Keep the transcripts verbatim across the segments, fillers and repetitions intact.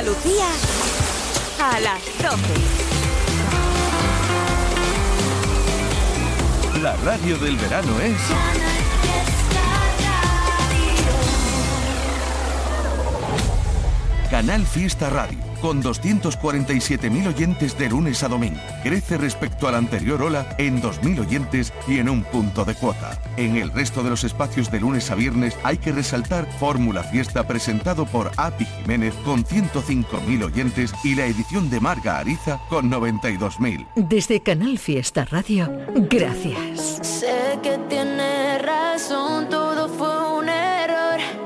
Andalucía a las doce. La radio del verano es... Canal Fiesta Radio, con doscientos cuarenta y siete mil oyentes de lunes a domingo. Crece respecto a la anterior ola en dos mil oyentes y en un punto de cuota. En el resto de los espacios de lunes a viernes hay que resaltar Fórmula Fiesta presentado por Api Jiménez con ciento cinco mil oyentes y la edición de Marga Ariza con noventa y dos mil. Desde Canal Fiesta Radio, gracias. Sé que tiene razón, todo fue un error.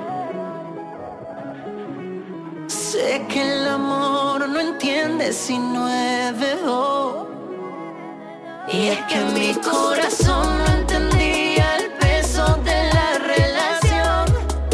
Sé que el amor no entiende si no es verdad. Y es que mi corazón no entendía el peso de la relación.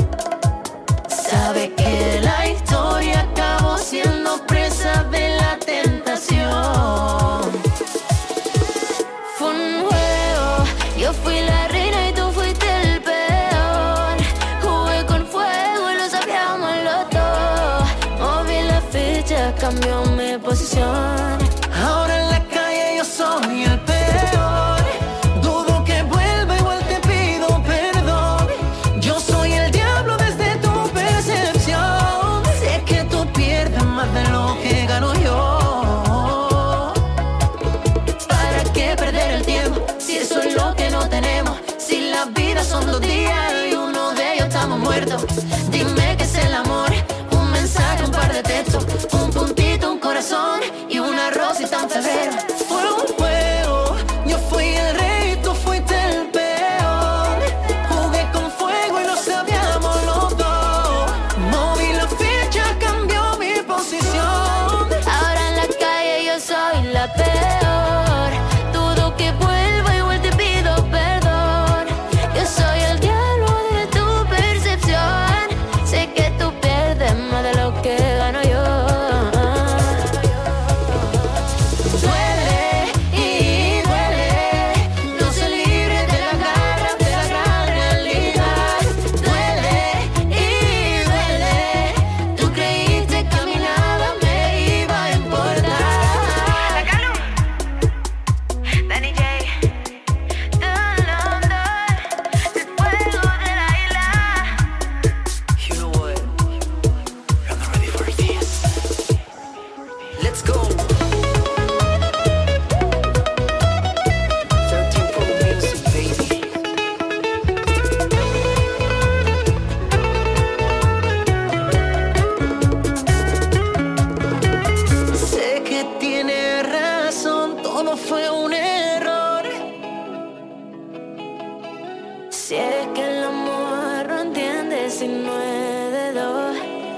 Sabe que la historia acabó siendo presa de la tentación. Fue un juego, yo fui la reina y tú fuiste el peor. Jugué con fuego y lo sabíamos los dos. Moví la ficha, cambió mi posición. Ahora en la calle yo soy el peor. Dudo que vuelva, igual te pido perdón. Yo soy el diablo desde tu percepción. Sé que tú pierdes más de lo que gano yo. ¿Para qué perder el tiempo si eso es lo que no tenemos? Si la vida son dos días y uno de ellos estamos muertos. Dime qué es el amor. Un mensaje, un par de textos, un puntito, un corazón y una rosita en febrero. Fue un juego, yo fui el rey, tú fuiste el peor. Jugué con fuego y lo sabíamos los dos. Moví la ficha, cambió mi posición. Ahora en la calle yo soy la peor. Dudo que vuelva, igual te pido perdón. Yo soy el diablo de tu percepción. Sé que tú pierdes más de lo que gano yo. Duele y duele, no se libre de la garra de la gran realidad. Duele y duele, tú creíste que a mí nada me iba a importar. La Calu, Danny J, Don London, el fuego de la isla. You know what? I'm not ready for this. Let's go. thirteen Pro Music, baby. Sé que tiene razón, todo fue un error. Si es que el amor no entiende si no es de dos.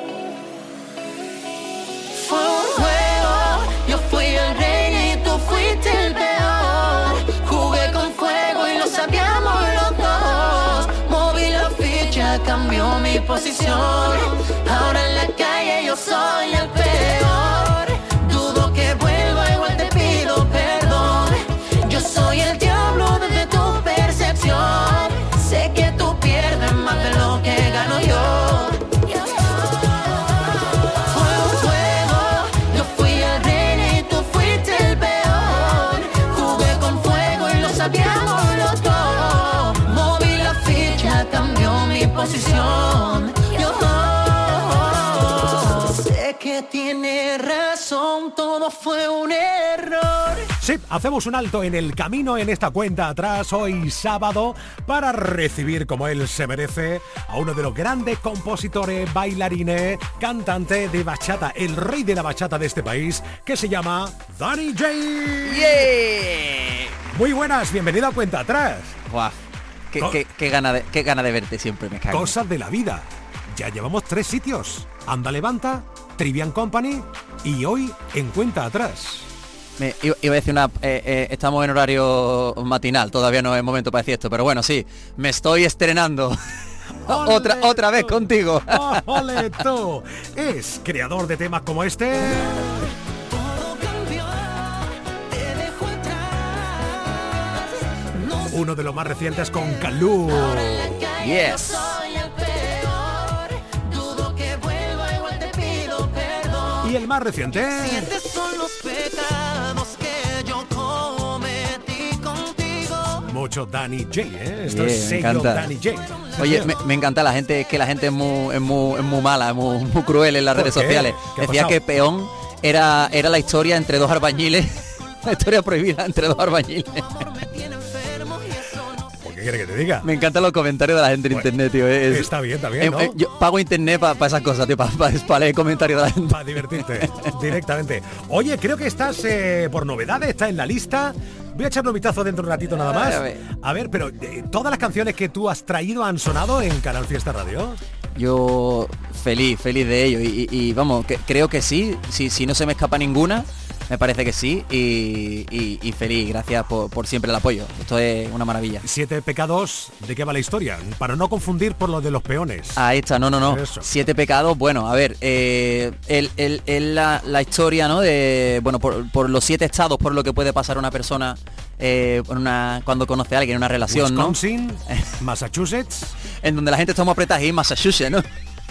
Fue un juego, yo fui el rey y tú fuiste el peor. Jugué con fuego y lo sabíamos los dos. Moví la ficha, cambió mi posición. Ahora en la calle yo soy el peor. Dudo que vuelva, igual te pido perdón. Yo soy el diablo desde tu percepción. Sé que tú pierdes más de lo que gano yo. Fue un juego, yo fui el rey y tú fuiste el peor. Jugué con fuego y lo sabíamos los dos. Moví la ficha, cambió mi posición. Yo sé que tiene razón, todo fue un error. Sí, hacemos un alto en el camino en esta cuenta atrás hoy sábado para recibir como él se merece a uno de los grandes compositores, bailarines, cantante de bachata, el rey de la bachata de este país, que se llama Danny J. ¡Yeah! Muy buenas, bienvenido a Cuenta Atrás. Guau, qué, Co- qué, qué gana de, qué gana de verte siempre, me cago. Cosas de la vida. Ya llevamos tres sitios. Anda Levanta, Trivian Company y hoy en Cuenta Atrás. Me, iba, iba a decir una... Eh, eh, estamos en horario matinal, todavía no es momento para decir esto, pero bueno, sí, me estoy estrenando. otra otra vez contigo. ¡Ole tú! Es creador de temas como este. Uno de los más recientes con Calú. Yes. Dudo que vuelva, igual te pido perdón. Y el más reciente. Siete son los pecados que yo cometí contigo. Mucho Danny J, ¿eh? Esto Yeah, es me sello encanta. Danny J. Oye, me, me encanta la gente, es que la gente es muy, es muy, es muy mala, es muy, muy cruel en las ¿Por redes qué? sociales. ¿Qué ha Decía pasado? que Peón era, era la historia entre dos albañiles, la historia prohibida entre dos albañiles. ¿Por qué quiere que te diga? Me encantan los comentarios de la gente en Bueno, internet, tío. Es- está bien, está bien, eh, ¿no? eh, yo pago internet para esas cosas, tío, para leer comentarios de la gente. Para divertirte directamente. Oye, creo que estás eh, por novedades, está en la lista. Voy a echarle un vistazo dentro de un ratito nada más. A ver. A ver, pero eh, ¿todas las canciones que tú has traído han sonado en Canal Fiesta Radio? Yo feliz, feliz de ello. Y, y- y, vamos, que, creo que sí. Si, si no se me escapa ninguna, me parece que sí. Y, y- y feliz, gracias por, por siempre el apoyo. Esto es una maravilla. Siete pecados, ¿de qué va la historia? Para no confundir por lo de los peones. Ahí está, no, no, no. Eso. Siete pecados, bueno, a ver, eh, el, el- el- la, la historia, ¿no? De, bueno, por, por los siete estados por lo que puede pasar una persona eh, por una, cuando conoce a alguien en una relación, ¿no? Wisconsin, Massachusetts. En donde la gente está muy apretada y en Massachusetts, ¿no?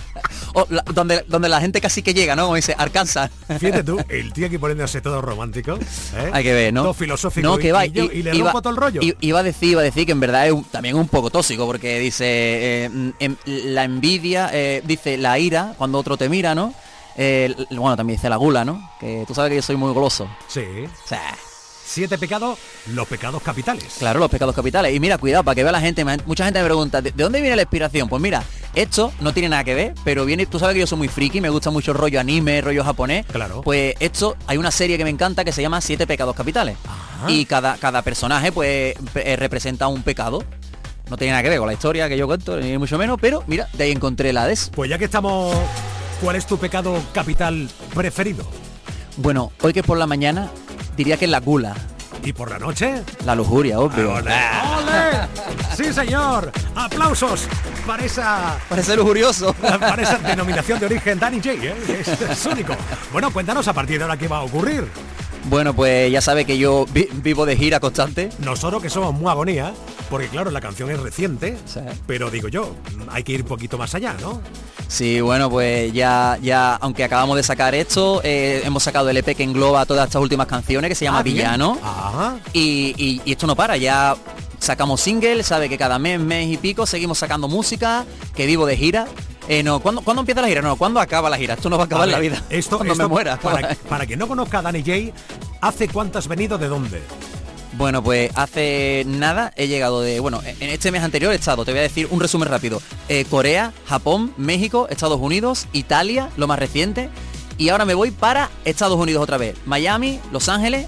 O la- donde, donde la gente casi que llega, ¿no? Como dice, Arkansas. Fíjate tú, el tío aquí poniéndose todo romántico. ¿eh? Hay que ver, ¿no? Todo filosófico. No, y- que va. y, yo- y le iba- rompo todo el rollo. i- Iba a decir, iba a decir que en verdad es un- también un poco tóxico, porque dice, eh, em, la envidia, eh, dice la ira, cuando otro te mira, ¿no? Eh, l- bueno, también dice la gula, ¿no? Que tú sabes que yo soy muy goloso. Sí. O sea, Siete pecados, los pecados capitales. claro, los pecados capitales. Y mira, cuidado, para que vea la gente, me- mucha gente me pregunta, ¿de, de dónde viene la inspiración? Pues mira, esto no tiene nada que ver, pero viene, tú sabes que yo soy muy friki, me gusta mucho el rollo anime, rollo japonés. Claro. Pues esto, hay una serie que me encanta que se llama Siete pecados capitales. Ajá. Y cada, cada personaje, pues, pe- eh, representa un pecado. No tiene nada que ver con la historia que yo cuento, ni mucho menos, pero mira, de ahí encontré la de eso. Pues ya que estamos, ¿cuál es tu pecado capital preferido? Bueno, hoy que por la mañana, diría que es la gula, ¿Y por la noche? la lujuria, obvio. ¡Ole! ¡Ole! ¡Sí, señor! ¡Aplausos para esa, Parece lujurioso. para esa denominación de origen Danny J! ¿eh? Es, es único. Bueno, cuéntanos a partir de ahora qué va a ocurrir. Bueno, pues ya sabe que yo vi- vivo de gira constante. Nosotros que somos muy agonía, porque claro, la canción es reciente, Sí. pero digo yo, hay que ir un poquito más allá, ¿no? Sí, bueno, pues ya, ya, aunque acabamos de sacar esto, eh, hemos sacado el E P que engloba todas estas últimas canciones, que se llama Ah, bien. Villano. Ajá. Y, y- y esto no para, ya sacamos single, sabe que cada mes, mes y pico seguimos sacando música, que vivo de gira. Eh, no, ¿cuándo, ¿cuándo empieza la gira? No, ¿cuándo acaba la gira? Esto no va a acabar A en la ver, vida. Esto, cuando esto, me muera. Para, para quien no conozca a Danny J, ¿hace cuánto has venido de dónde? Bueno, pues hace nada he llegado de... Bueno, en este mes anterior he estado, te voy a decir un resumen rápido. Eh, Corea, Japón, México, Estados Unidos, Italia, lo más reciente. Y ahora me voy para Estados Unidos otra vez. Miami, Los Ángeles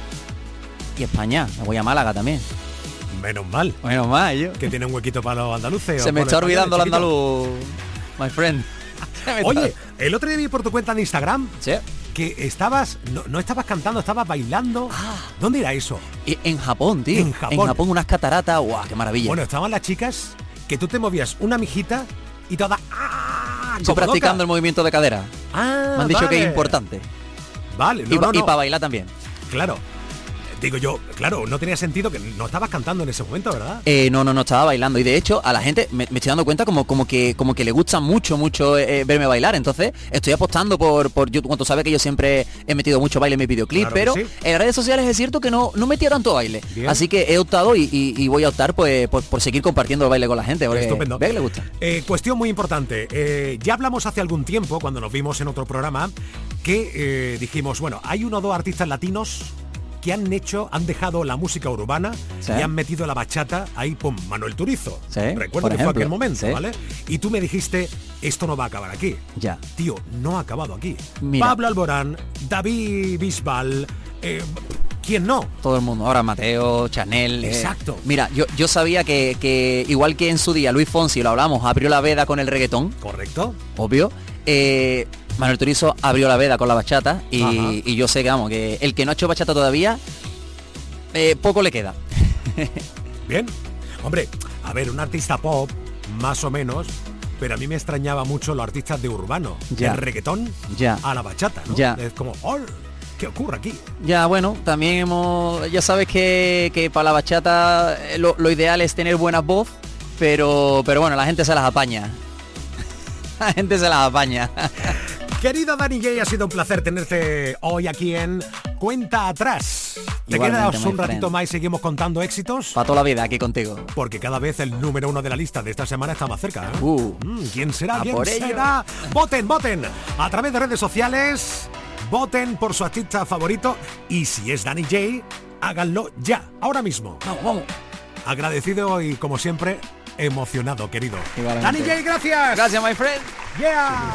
y España. Me voy a Málaga también. Menos mal. Bueno, más yo. Que tiene un huequito para los andaluces. Se o me por está los olvidando el españoles, andaluz, my friend. Se me chiquito. está- Oye, el otro día vi por tu cuenta de Instagram Sí. que estabas, no, no estabas cantando, estabas bailando. ¿Dónde era eso? Y en Japón, tío. En Japón. unas cataratas. ¡Guau, qué maravilla! Bueno, estaban las chicas que tú te movías una mijita y toda... ¡Ah! Estoy como practicando el loca. movimiento de cadera. Ah, Me han dicho que es vale. importante. Vale, no, y no, no. para bailar también. Claro. Digo yo, claro, no tenía sentido que no estabas cantando en ese momento, ¿verdad? Eh, no, no, no, estaba bailando. Y de hecho, a la gente me, me estoy dando cuenta como, como que como que le gusta mucho, mucho eh, verme bailar. Entonces, estoy apostando por, por yo, cuando sabe que yo siempre he metido mucho baile en mis videoclips, Claro que pero sí. en redes sociales es cierto que no, no metía tanto baile. Bien. Así que he optado y, y- y voy a optar pues, por, por seguir compartiendo el baile con la gente. Porque Estupendo. ve que le gusta. Eh, cuestión muy importante. eh, ya hablamos hace algún tiempo, cuando nos vimos en otro programa, que eh, dijimos, bueno, hay uno o dos artistas latinos que han hecho, han dejado la música urbana Sí. y han metido la bachata ahí, pum, Manuel Turizo. Sí, Recuerdo por que fue ejemplo. aquel momento, Sí. ¿vale? Y tú me dijiste, esto no va a acabar aquí. Ya. Tío, no ha acabado aquí. Mira. Pablo Alborán, David Bisbal, eh, ¿quién no? Todo el mundo. Ahora Mateo, Chanel. eh. Exacto. Mira, yo, yo sabía que, que igual que en su día Luis Fonsi, lo hablamos, abrió la veda con el reggaetón, ¿Correcto? obvio. eh, Manuel Turizo abrió la veda con la bachata Ajá. y, y yo sé que, vamos, que el que no ha hecho bachata todavía, eh, poco le queda. Bien. Hombre, a ver, un artista pop, más o menos, pero a mí me extrañaba mucho los artistas de urbano. Ya. El reggaetón Ya. a la bachata, ¿no? Ya. Es como, oh, ¿qué ocurre aquí? Ya, bueno, también hemos... Ya sabes que, que para la bachata eh, lo, lo ideal es tener buena voz, pero, pero bueno, la gente se las apaña. La gente se las apaña. Querido Dani J, ha sido un placer tenerte hoy aquí en Cuenta Atrás. ¿Te Igualmente, quedas un my ratito friend. más y seguimos contando éxitos? Para toda la vida aquí contigo. Porque cada vez el número uno de la lista de esta semana está más cerca, ¿eh? Uh. Mm, ¿Quién será? A ¿Quién por ello. será? Voten, voten. A través de redes sociales, voten por su artista favorito. Y si es Dani J, háganlo ya, ahora mismo. Vamos, vamos. Agradecido y, como siempre, emocionado, querido. Igualmente. Dani J, gracias. Gracias, my friend. Yeah.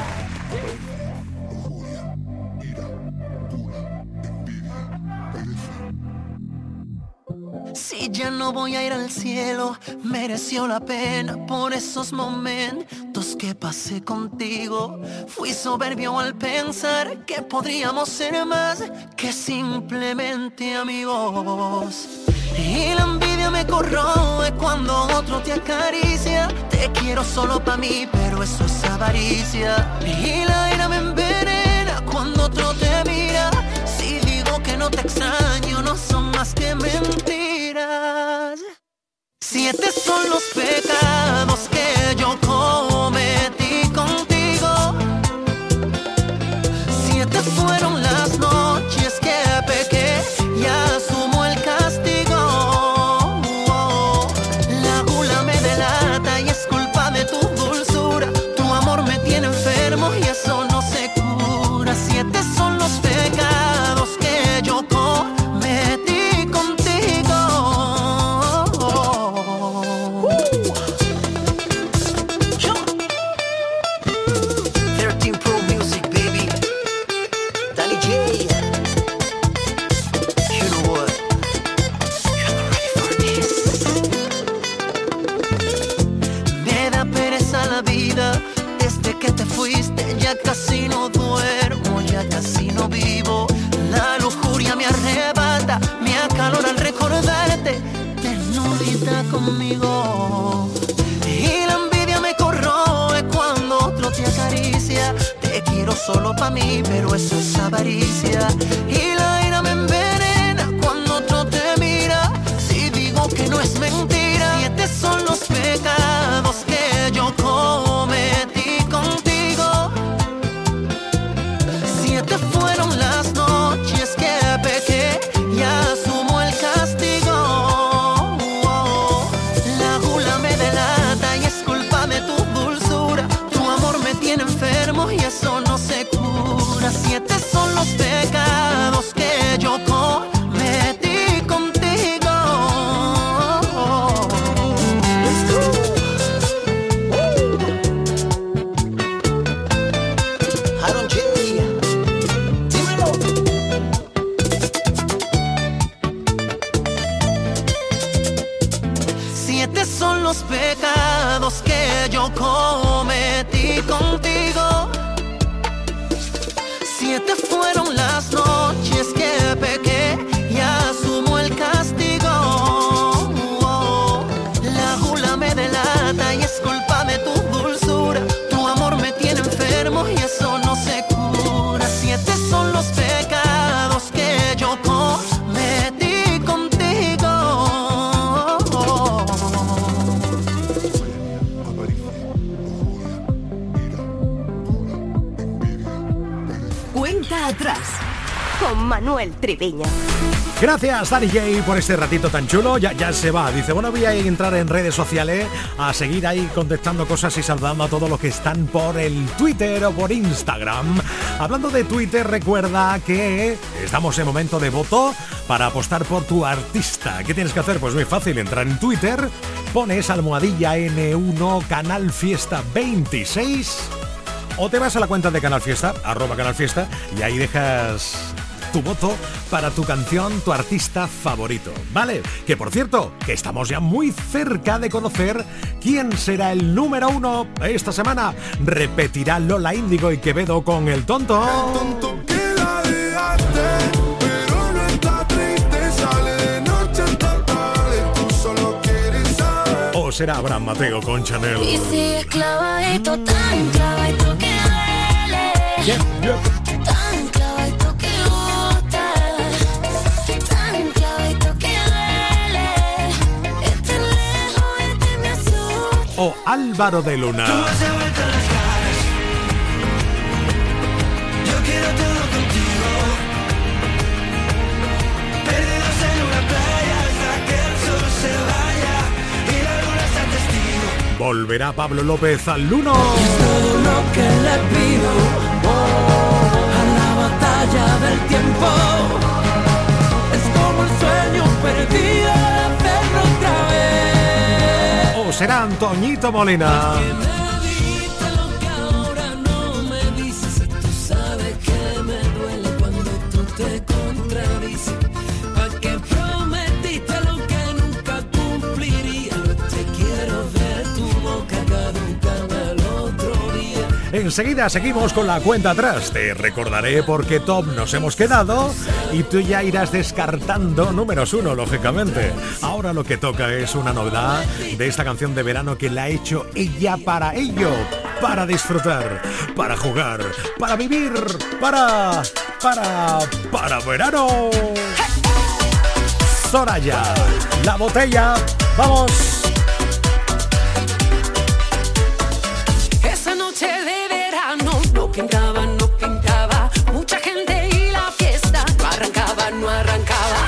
Si ya no voy a ir al cielo, mereció la pena por esos momentos que pasé contigo. Fui soberbio al pensar que podríamos ser más que simplemente amigos. Y la envidia me corroe cuando otro te acaricia. Te quiero solo pa' mí, pero eso es avaricia. Y la ira me envenena cuando otro te mira. Si digo que no te extraño, no son más que mentiras. Siete son los pecados que yo cometí contigo. Siete fueron las noches que pequé y asumo el castigo. La gula me delata y es culpa de tu dulzura. Tu amor me tiene enfermo y eso no se cura. Siete son los pecados que yo cometí contigo. thirteen Pro Music, baby. Danny J. You know what? You're not ready for this. Me da pereza la vida. Desde que te fuiste ya casi no duermo, ya casi no vivo. La lujuria me arrebata, me acalora al recordarte, ternurita conmigo. Y la envidia me corroe cuando otro te acaricia. Te quiero solo pa' mí, pero eso es avaricia. Y la ira me envenena cuando otro te mira. Si digo que no es mentira. Siete son los pecados que yo cometí contigo. Siete fueron las noches que pequé y asumo el castigo. La gula me delata y es culpa de tu dulzura. Tu amor me tiene enfermo y eso no se cura. Siete son los pecados que yo cometí contigo. Let's go. Aaron J. Dímelo. Siete son los pecados que yo cometí contigo. Siete fueron las noches que pequé y asumo el castigo. La gula me delata y es culpa de tu dulzura. Tu amor me tiene enfermo y eso no se cura. Siete son los pecados que yo cometí contigo. Cuenta atrás. Con Manuel Triviño. Gracias, Dani J, por este ratito tan chulo. Ya, ya se va. Dice, bueno, voy a entrar en redes sociales a seguir ahí contestando cosas y saludando a todos los que están por el Twitter o por Instagram. Hablando de Twitter, recuerda que estamos en momento de voto para apostar por tu artista. ¿Qué tienes que hacer? Pues muy fácil, entrar en Twitter, pones almohadilla ene uno Canal Fiesta veintiséis o te vas a la cuenta de Canal Fiesta, arroba Canal Fiesta, y ahí dejas tu voto para tu canción, tu artista favorito, ¿vale? Que por cierto, que estamos ya muy cerca de conocer quién será el número uno esta semana. Repetirá Lola Índigo y Quevedo con El Tonto. El tonto que la dejaste, pero no está triste, sale de noche hasta tarde, tú solo quieres saber. O será Abraham Mateo con Chanel. Y sigues clavadito, tan clavadito que duele. Yeah, yeah. Tan clavadito que gusta. Tan clavadito que duele. Estar lejos de ti me asusta. O Álvaro de Luna. Tú has devuelto las caras, Volverá Pablo López al Luno. Todo lo que le pido oh, a la batalla del tiempo es como el sueño perdido de hacerlo otra vez. O será Antoñito Molina. Que me dijiste lo que ahora no me dices. Tú sabes que me duele cuando tú te contradices. ¿Pa' qué prometiste lo que nunca cumpliría? Te quiero ver tu boca caducada al otro día. Enseguida seguimos con la cuenta atrás. Te recordaré por qué top nos hemos quedado y tú ya irás descartando números uno, lógicamente. Ahora lo que toca es una novedad de esta canción de verano que la ha hecho ella para ello, para disfrutar, para jugar, para vivir, para... para... para verano. Soraya, La Botella, vamos. Esa noche de verano no pintaba, no pintaba. Mucha gente y la fiesta no arrancaba, no arrancaba.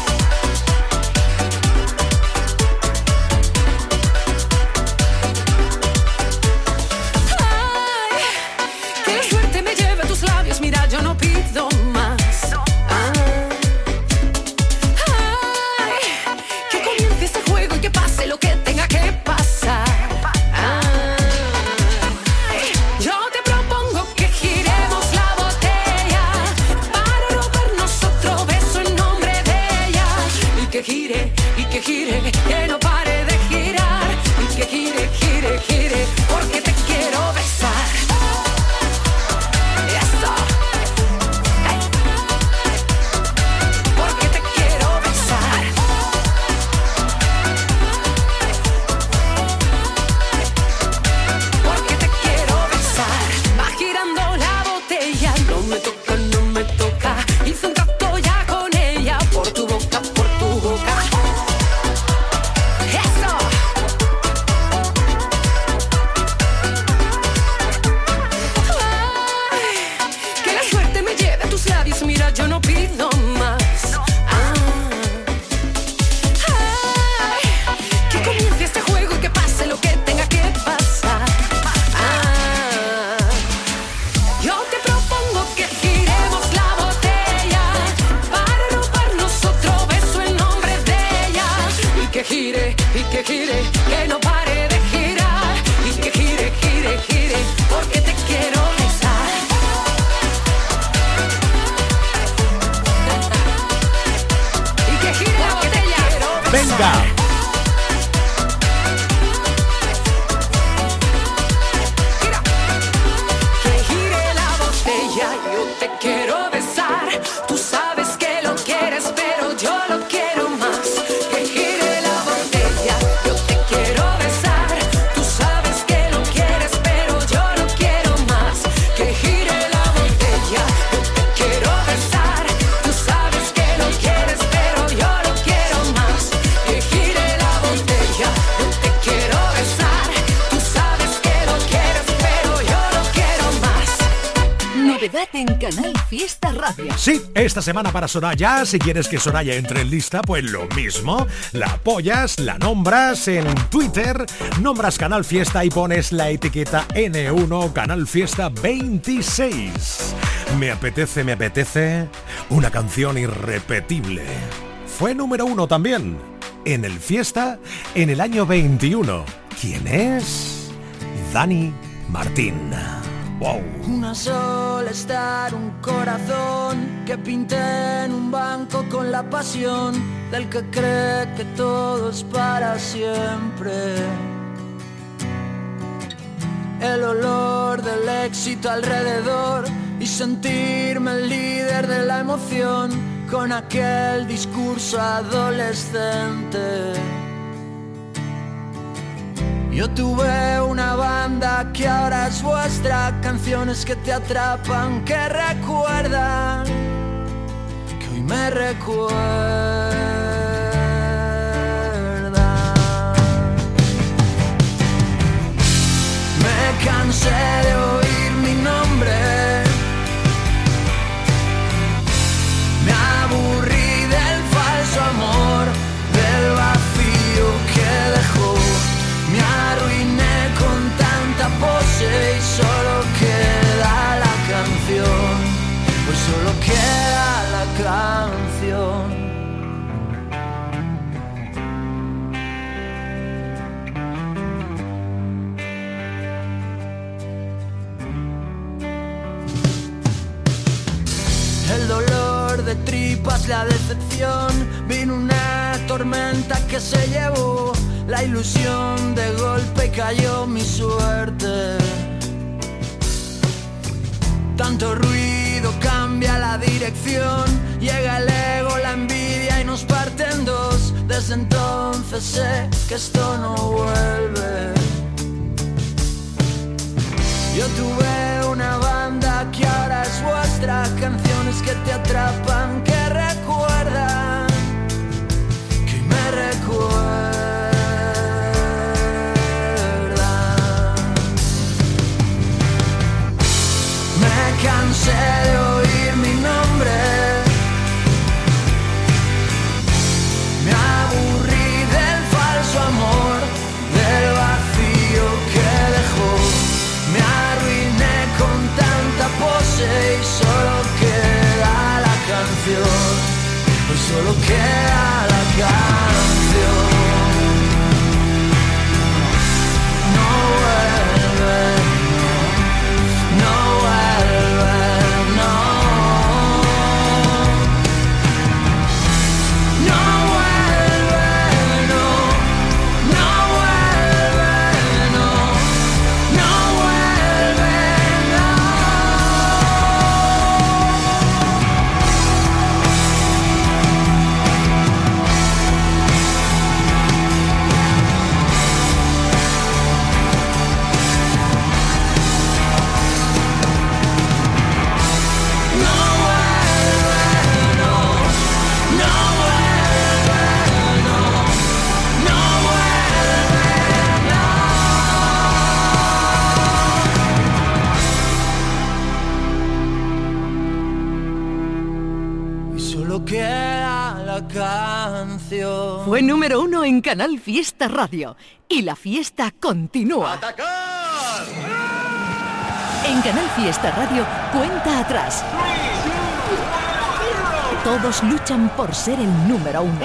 Ay, qué suerte me lleva a tus labios, mira, yo no pido más. Ay, que comience este juego y que pase lo que tenga que pasar. Yo te propongo que giremos la botella para robarnos otro beso en nombre de ella. Y que gire, y que gire, que no pare de girar. Y que gire, gire, gire, porque te quiero besar. Eso. Hey. Porque te quiero besar. Porque te quiero besar. Va girando la botella. No me toca, no me toca. Hice un trato ya con ella. Por tu boca, por tu boca. Eso. Ay, que la suerte me lleve a tus labios. Mira, yo no pido más. Ah. Ay, que comience este juego y que pase lo que tenga que pasar. Ah, yo te propongo que giremos la botella para robarnos otro beso en nombre de ella. Y que gire, y que gire, que no pare de girar. Y que gire, gire, gire, porque te quiero besar. Y que gire la botella. Venga. Mira, que gire la botella, yo te quiero besar. Tú sabes que lo quieres, pero yo lo quiero más. Que gire la botella, yo te quiero besar. Tú sabes que lo quieres, pero yo lo quiero más. Que gire la botella, yo te quiero besar. Tú sabes que lo quieres, pero yo lo quiero más. Que gire la botella, yo te quiero besar. Tú sabes que lo quieres, pero yo lo quiero más. Novedad en Canal Fiesta Radio. Sí, esta semana para Soraya, si quieres que Soraya entre en lista, pues lo mismo. La apoyas, la nombras en Twitter, nombras Canal Fiesta y pones la etiqueta ene uno Canal Fiesta veintiséis. Me apetece, me apetece una canción irrepetible. Fue número uno también en el Fiesta en el año veintiuno. ¿Quién es? Dani Martín. Wow. Una sola estar, un corazón que pinté en un banco con la pasión del que cree que todo es para siempre. El olor del éxito alrededor y sentirme el líder de la emoción con aquel discurso adolescente. Yo tuve una banda que ahora es vuestra, canciones que te atrapan, que recuerdan, que hoy me recuerdan. Me cansé de oír mi nombre, me aburrí del falso amor, del vacío que dejó. Me arruiné queda la canción. El dolor de tripas, la decepción, vino una tormenta que se llevó la ilusión, de golpe cayó mi suerte. Tanto ruido cambia la dirección, llega el ego, la envidia y nos parte en dos. Desde entonces sé que esto no vuelve. Yo tuve una banda que ahora es vuestra, canciones que te atrapan, que recuerdan, que me recuerdan. Me cansé de oír mi nombre, me aburrí del falso amor, del vacío que dejó. Me arruiné con tanta pose y solo queda la canción. Hoy solo queda la canción. No vuelve, no vuelve, no. No vuelve, no, no vuelve, no. No vuelve, no. Y solo queda la canción. Fue número uno en Canal Fiesta Radio. Y la fiesta continúa. En Canal Fiesta Radio, cuenta atrás. Todos luchan por ser el número uno.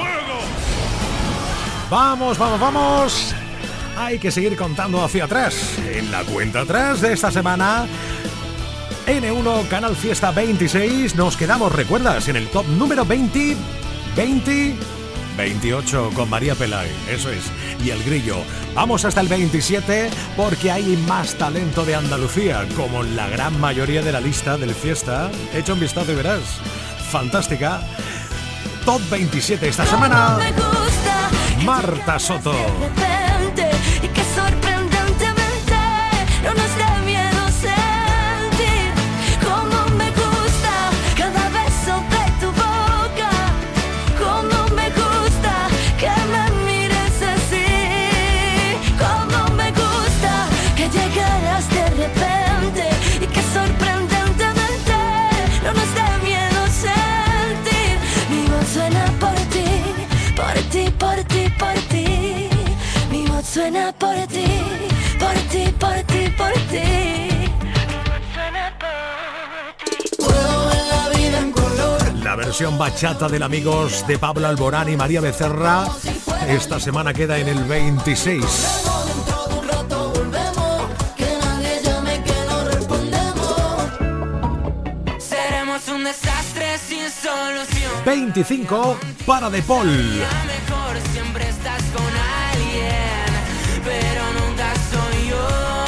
Vamos, vamos, vamos. Hay que seguir contando hacia atrás. En la cuenta atrás de esta semana, N uno Canal Fiesta veintiséis, nos quedamos, ¿recuerdas? En el top número veinte, veinte, veintiocho con María Pelay, eso es, y El Grillo. Vamos hasta el veintisiete porque hay más talento de Andalucía, como en la gran mayoría de la lista del Fiesta. Echa un vistazo y verás. Fantástica. Top veintisiete esta semana, Marta Soto. Y que sorprendentemente no nos da miedo sentir como me gusta cada beso de tu boca, como me gusta que me mires así, como me gusta que llegaras de repente y que sorprendentemente no nos da miedo sentir. Mi voz suena por ti, por ti, por ti, por ti. Mi voz suena por ti, por ti, por ti, por ti. Suena por ti. Puedo ver la vida en color. La versión bachata del Amigos de Pablo Alborán y María Becerra esta semana queda en el veintiséis. Dentro de un rato volvemos, que nadie llame, que no respondemos. Seremos un desastre sin solución. veinticinco para De Paul. A mejor siempre estás con alguien, pero nunca soy yo.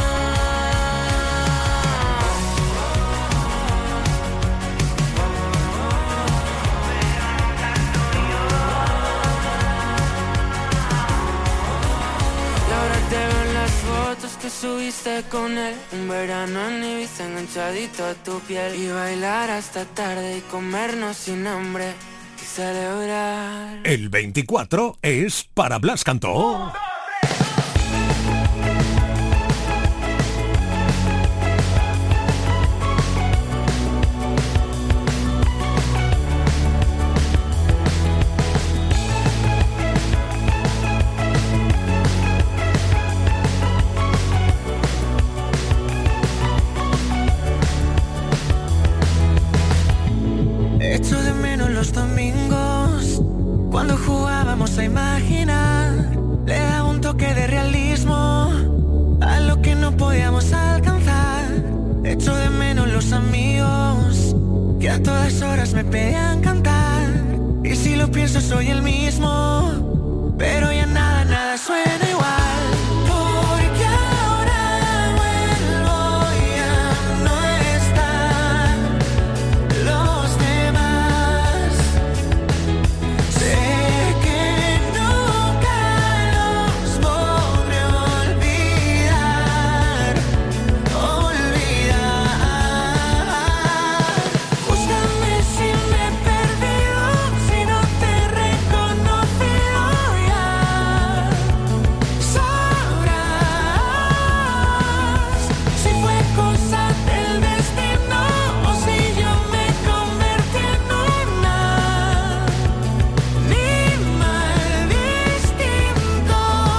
Y ahora te veo en las fotos que subiste con él. Un verano en Ibiza enganchadito a tu piel. Y bailar hasta tarde y comernos sin hambre. Celebrar. El veinticuatro es para Blas Cantó. Echo de menos los domingos, cuando jugábamos a imaginar. Le daba un toque de realismo a lo que no podíamos alcanzar. Echo de menos los amigos que a todas horas me pedían cantar. Y si lo pienso soy el mismo, pero ya nada, nada suena igual. Porque ahora vuelvo y ya no están los demás. Sé que nunca los podré olvidar, olvidar. Búscame si me he perdido, si no te he reconocido ya. Sabrás si fue cosa del destino o si yo me convertí en una animal distinto.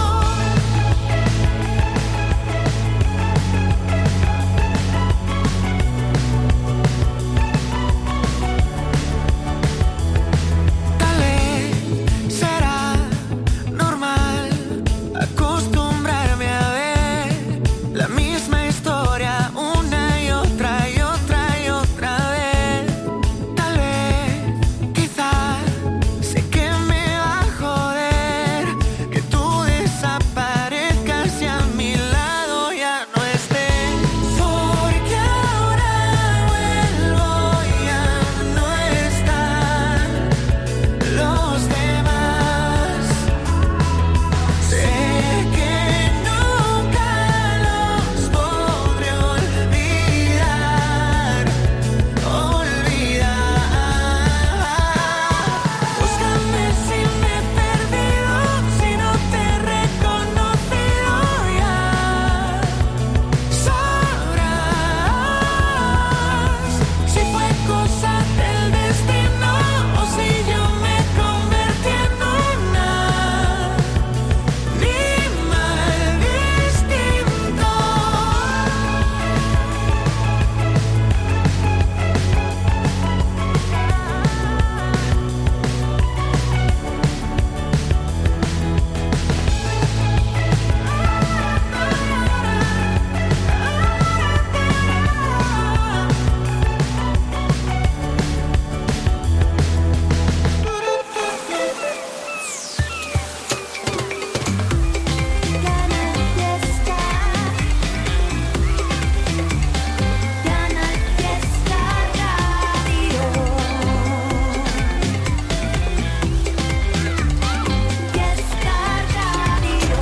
Tal vez será normal acostumbrarme a ver la misma historia una y otra y otra y otra vez. Tal vez, quizá, sé que me va a joder que tú desaparezcas y a mi lado ya no estés. Porque ahora vuelvo y ya no están los demás. Sé que nunca los podré olvidar, olvidar. Búscame si me he perdido, si no te he reconocido ya. Sabrás si fue cosa del destino o si yo me convertí en una animal distinto. Canal Fiesta, Canal Fiesta Radio, Fiesta Radio.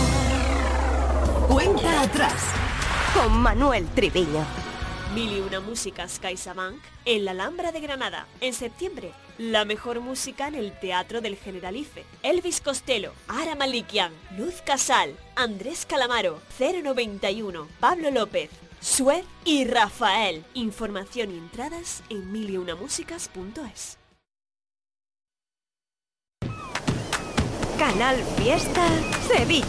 Cuenta atrás. Con Manuel Triviño. Mil y una músicas CaixaBank en la Alhambra de Granada. En septiembre, la mejor música en el Teatro del Generalife. Elvis Costello, Ara Malikian, Luz Casal, Andrés Calamaro, cero noventa y uno, Pablo López, Sued y Rafael. Información y entradas en mil y una músicas punto es. Canal Fiesta Sevilla.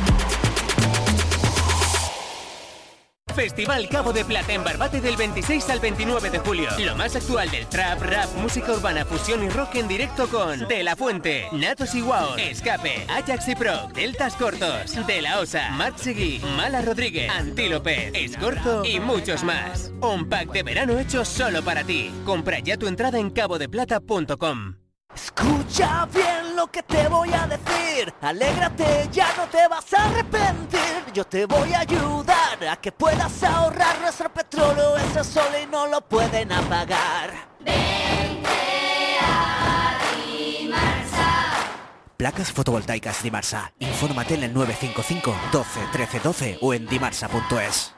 Festival Cabo de Plata en Barbate del veintiséis al veintinueve de julio. Lo más actual del trap, rap, música urbana, fusión y rock en directo con De La Fuente, Natos y Wow, Escape, Ajax y Pro, Deltas Cortos, De La Osa, Marc Seguí, Mala Rodríguez, Antílope, Escorzo y muchos más. Un pack de verano hecho solo para ti. Compra ya tu entrada en cabo de plata punto com. Escucha bien lo que te voy a decir. Alégrate, ya no te vas a arrepentir. Yo te voy a ayudar a que puedas ahorrar. Nuestro petróleo es el sol y no lo pueden apagar. Vente a Dimarsa. Placas fotovoltaicas Dimarsa. Infórmate en el nueve cinco cinco, doce, trece, doce o en dimarsa punto es.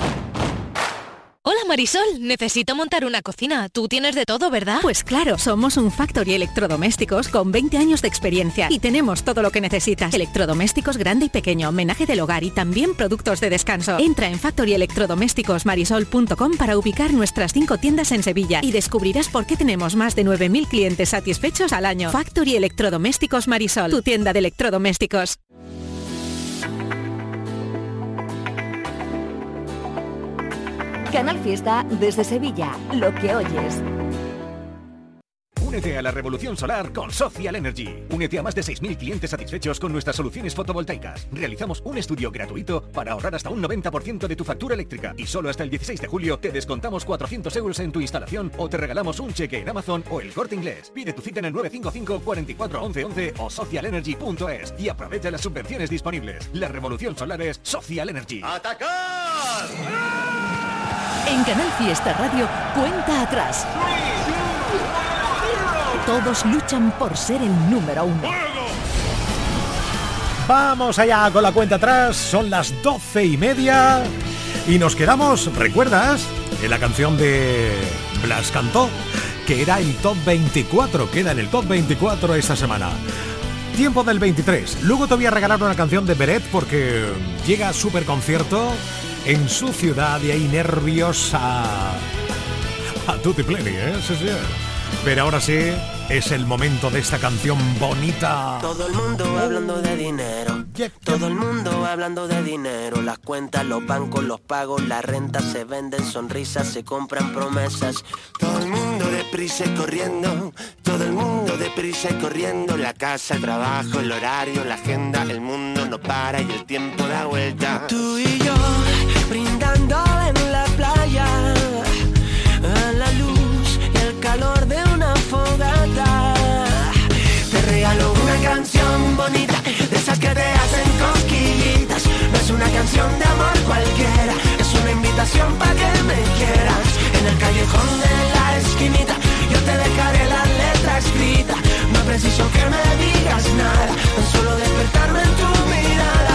Hola Marisol, necesito montar una cocina. Tú tienes de todo, ¿verdad? Pues claro, somos un Factory Electrodomésticos con veinte años de experiencia y tenemos todo lo que necesitas. Electrodomésticos grande y pequeño, homenaje del hogar y también productos de descanso. Entra en factory electrodomésticos marisol punto com para ubicar nuestras cinco tiendas en Sevilla y descubrirás por qué tenemos más de nueve mil clientes satisfechos al año. Factory Electrodomésticos Marisol, tu tienda de electrodomésticos. Canal Fiesta desde Sevilla, lo que oyes. Únete a la revolución solar con Social Energy. Únete a más de seis mil clientes satisfechos con nuestras soluciones fotovoltaicas. Realizamos un estudio gratuito para ahorrar hasta un noventa por ciento de tu factura eléctrica y solo hasta el dieciséis de julio te descontamos cuatrocientos euros en tu instalación o te regalamos un cheque en Amazon o El Corte Inglés. Pide tu cita en el nueve cinco cinco, cuatro cuatro, once once o social energy punto es y aprovecha las subvenciones disponibles. La revolución solar es Social Energy. ¡Atacar! En Canal Fiesta Radio, cuenta atrás. Todos luchan por ser el número uno. Vamos allá con la cuenta atrás, son las doce y media y nos quedamos, ¿recuerdas? En la canción de Blas Cantó, que era el top veinticuatro, queda en el top veinticuatro esta semana. Tiempo del veintitrés. Luego te voy a regalar una canción de Beret porque llega super concierto en su ciudad y hay nervios a, a tutti pleni, ¿eh? Sí, sí. Pero ahora sí, es el momento de esta canción bonita. Todo el mundo hablando de dinero. Todo el mundo hablando de dinero. Las cuentas, los bancos, los pagos, la renta. Se venden sonrisas, se compran promesas. Todo el mundo deprisa y corriendo. Todo el mundo deprisa y corriendo. La casa, el trabajo, el horario, la agenda. El mundo no para y el tiempo da vuelta. Tú y yo brindando en la playa, a la luz y el calor de una fogata. Te regalo una canción bonita, de esas que te hacen cosquillitas. No es una canción de amor cualquiera, es una invitación para que me quieras. En el callejón de la esquinita, yo te dejaré la letra escrita. No preciso que me digas nada, tan solo despertarme en tu mirada.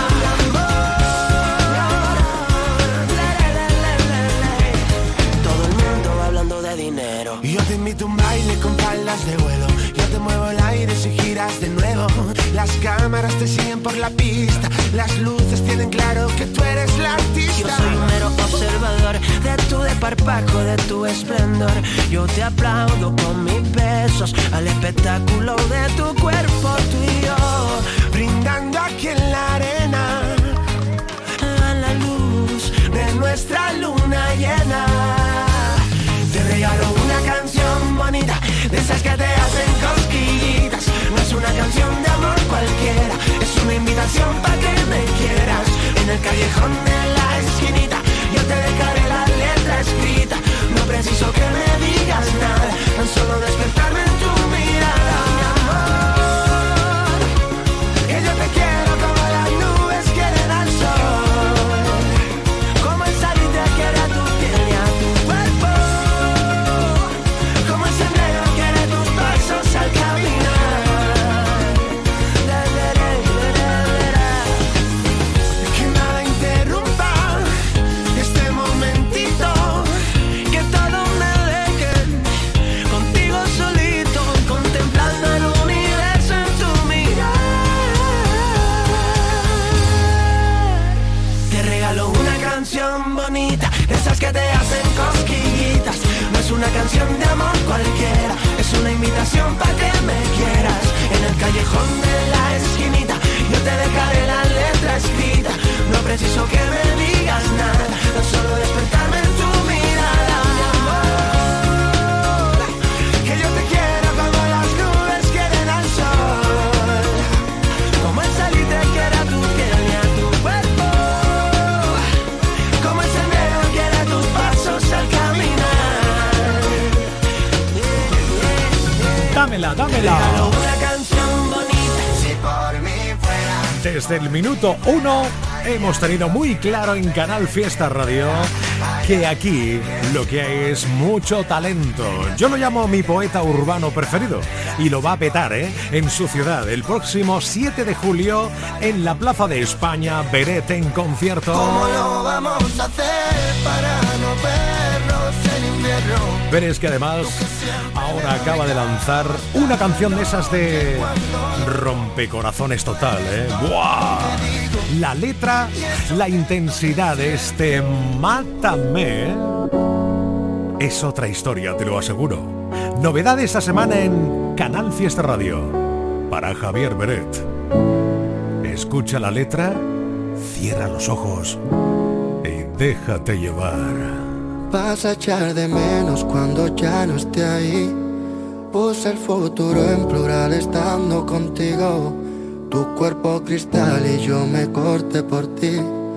Dinero. Yo te invito a un baile con palas de vuelo. Yo te muevo el aire si giras de nuevo. Las cámaras te siguen por la pista. Las luces tienen claro que tú eres la artista. Yo soy un mero observador de tu desparpajo, de tu esplendor. Yo te aplaudo con mis besos al espectáculo de tu cuerpo. Tú y yo brindando aquí en la arena, a la luz de nuestra luna llena. Te regalo una canción bonita, de esas que te hacen cosquillitas. No es una canción de amor cualquiera, es una invitación para que me quieras. En el callejón de la esquinita, yo te dejaré la letra escrita. No preciso que me digas nada, tan solo despertarme en tu mirada. Mi amor, que yo te quiero como las nubes quieren al sol, como el salir te quiere a tu piel y a tu cuerpo. Al caminar, que nada interrumpa este momentito, que todo me deje contigo solito, contemplando el universo en tu mirar. Te regalo una canción bonita, esas que te hacen cosquillitas. No es una canción de amor cualquiera, es una invitación para que me quieras. En el callejón de la esquinita, yo te dejaré la letra escrita. No preciso que me digas nada, tan solo despertarme en tu mirada. Mi amor, que yo te quiero como las nubes quieren al sol, como el salir te quiere a tu piel y a tu cuerpo, como el sendero quiere a tus pasos al caminar. Dámela, dámela. Desde el minuto uno hemos tenido muy claro en Canal Fiesta Radio que aquí lo que hay es mucho talento. Yo lo llamo mi poeta urbano preferido y lo va a petar, ¿eh? En su ciudad el próximo siete de julio en la Plaza de España. Beret en concierto. ¿Cómo lo vamos a hacer para no vernos en invierno? Pero es que además ahora acaba de lanzar una canción de esas de rompecorazones total, ¿eh? ¡Buah! La letra, la intensidad de este Mátame es otra historia, te lo aseguro. Novedad esta semana en Canal Fiesta Radio para Javier Beret. Escucha la letra, cierra los ojos y déjate llevar. Vas a echar de menos cuando ya no esté ahí. Puse el futuro en plural estando contigo. Tu cuerpo cristal y yo me corté por ti.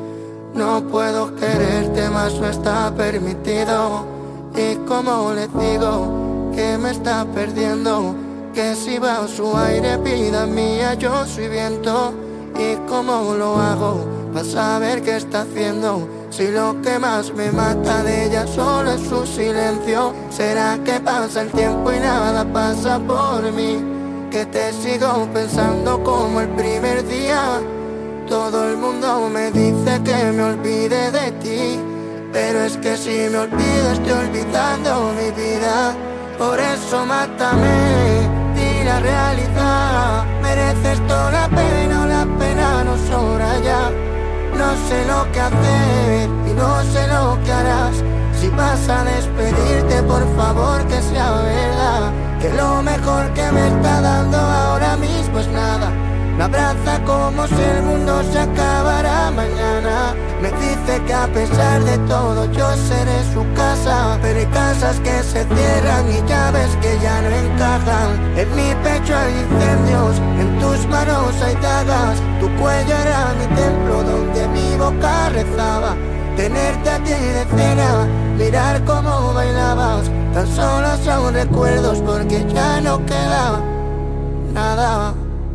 No puedo quererte más, no está permitido. Y como le digo que me está perdiendo, que si va su aire, vida mía, yo soy viento. Y cómo lo hago para saber qué está haciendo, si lo que más me mata de ella solo es su silencio. ¿Será que pasa el tiempo y nada pasa por mí? Que te sigo pensando como el primer día. Todo el mundo me dice que me olvide de ti, pero es que si me olvido estoy olvidando mi vida. Por eso mátame, di la realidad. Mereces toda la pena o la pena no sobra ya. No sé lo que hacer y no sé lo que harás. Si vas a despedirte, por favor que sea verdad. Que lo mejor que me está dando ahora mismo es nada. Me abraza como si el mundo se acabara mañana. Me dice que a pesar de todo yo seré su casa, pero hay casas que se cierran y llaves que ya no encajan. En mi pecho hay incendios, en tus manos hay dagas. Tu cuello era mi templo donde mi boca rezaba. Tenerte a ti de cena, mirar cómo bailabas. Tan solo son recuerdos porque ya no queda nada.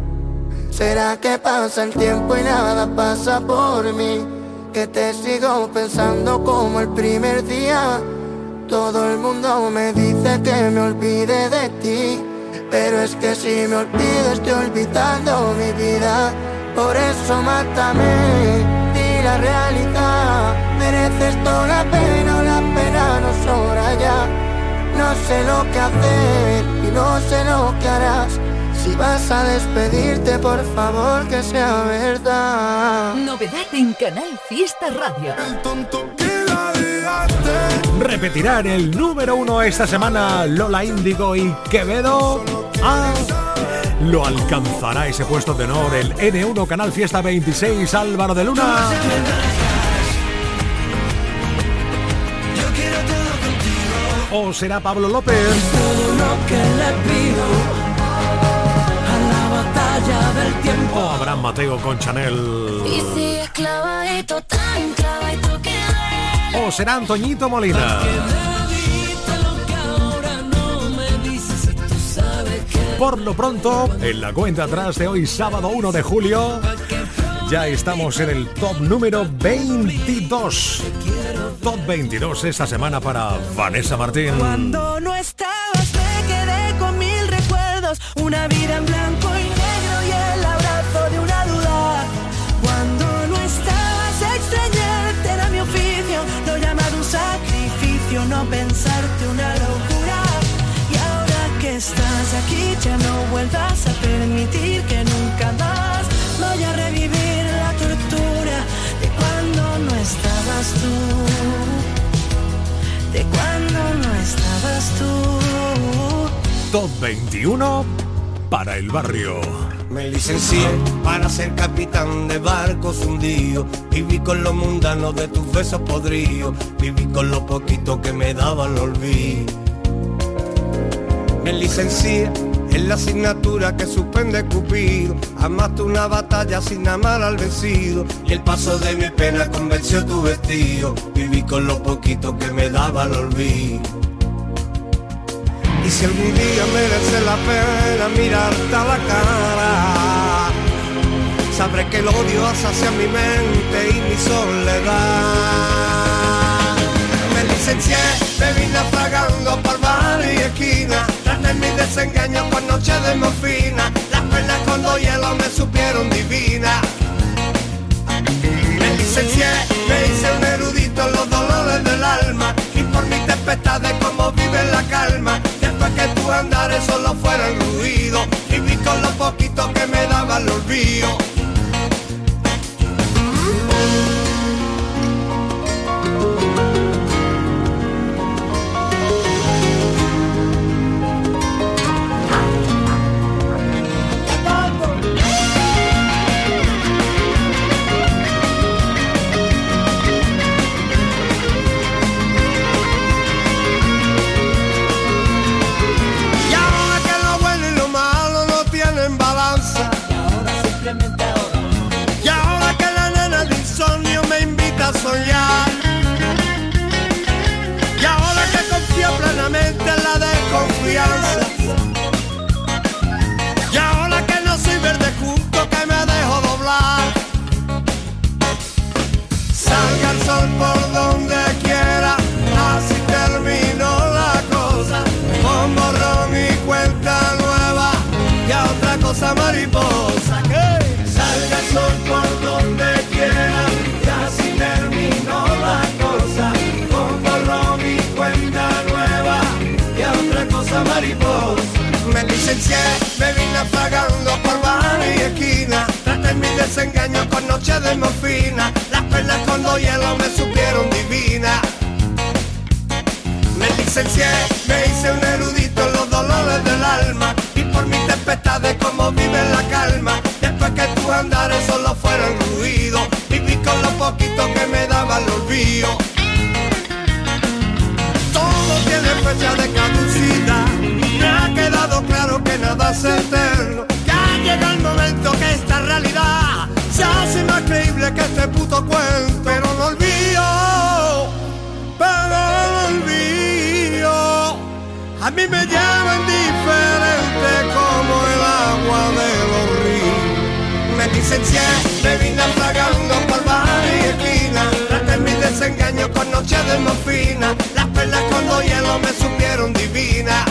¿Será que pasa el tiempo y nada pasa por mí? Que te sigo pensando como el primer día. Todo el mundo me dice que me olvide de ti, pero es que si me olvido estoy olvidando mi vida. Por eso mátame, di la realidad. Mereces toda la pena o la pena no sobra ya. No sé lo que hacer y no sé lo que harás. Si vas a despedirte, por favor que sea verdad. Novedad en Canal Fiesta Radio. El tonto que la dejaste. Repetirán el número uno esta semana Lola Índigo y Quevedo. Ah, lo alcanzará ese puesto de honor el N uno Canal Fiesta veintiséis Álvaro de Luna. ¿O será Pablo López? Todo lo que le pido a la batalla del tiempo. ¿O Abraham Mateo con Chanel? Y si es clavadito, tan clavadito que duele. ¿O será Antoñito Molina? Por lo pronto, en la cuenta atrás de hoy, sábado uno de julio, ya estamos en el top número veintidós. Top veintidós esta semana para Vanessa Martín. Cuando no estabas me quedé con mil recuerdos, una vida en blanco y negro y el abrazo de una duda. Cuando no estabas extrañarte era mi oficio, lo llamado un sacrificio, no pensarte una locura. Y ahora que estás aquí ya no vuelvas a permitir que nunca más vaya a revivir la tortura de cuando no estabas tú, de cuando no estabas tú. Top veintiuno para el barrio. Me licencié para ser capitán de barcos hundidos. Viví con lo mundano de tus besos podridos. Viví con lo poquito que me daba el olvido. Me licencié en la asignatura que suspende Cupido. Amaste una batalla sin amar al vencido. Y el paso de mi pena convenció tu vestido. Viví con lo poquito que me daba el olvido. Y si algún día merece la pena mirarte a la cara, sabré que el odio asacia mi mente y mi soledad. Me licencié, me vine naufragando por bar y esquina. Tras mi desengaño por noche de morfina. Las penas con dos hielos me supieron divinas. Me licencié, me hice un erudito en los dolores del alma. Y por mis tempestades como vive la calma. Después que tu andares solo fueran ruido. Y vi con lo poquito que me daba el olvido. Y ahora mariposa. Y ahora que no soy verde junto, que me dejo doblar, salga el sol por donde quiera, así terminó la cosa. Con borrón y cuenta nueva, ya otra cosa mariposa. ¿Qué? Salga el sol por donde quiera, ya así terminó la cosa. Con borrón y cuenta nueva, ya otra cosa mariposa. Me licencié, me vine apagando por bar y esquina. Traté mi desengaño con noche de morfina. Las perlas con dos hielos me supieron divina. Me licencié, me hice un erudito en los dolores del alma. Y por mis tempestades como vive en la calma. Después que tus andares solo fueron ruido, viví con lo poquito que me daba el olvido. Todo tiene fecha de caducidad. Me ha quedado claro que nada es eterno. Ya llega el momento que esta realidad se hace más creíble que este puto cuento. Pero no olvido, pero no olvido. A mí me llaman diferente como el agua de los ríos. Me licencié, me vine apagando por bar y esquina. Traté mi desengaño con noche de morfina. Las perlas con dos hielos me supieron divina.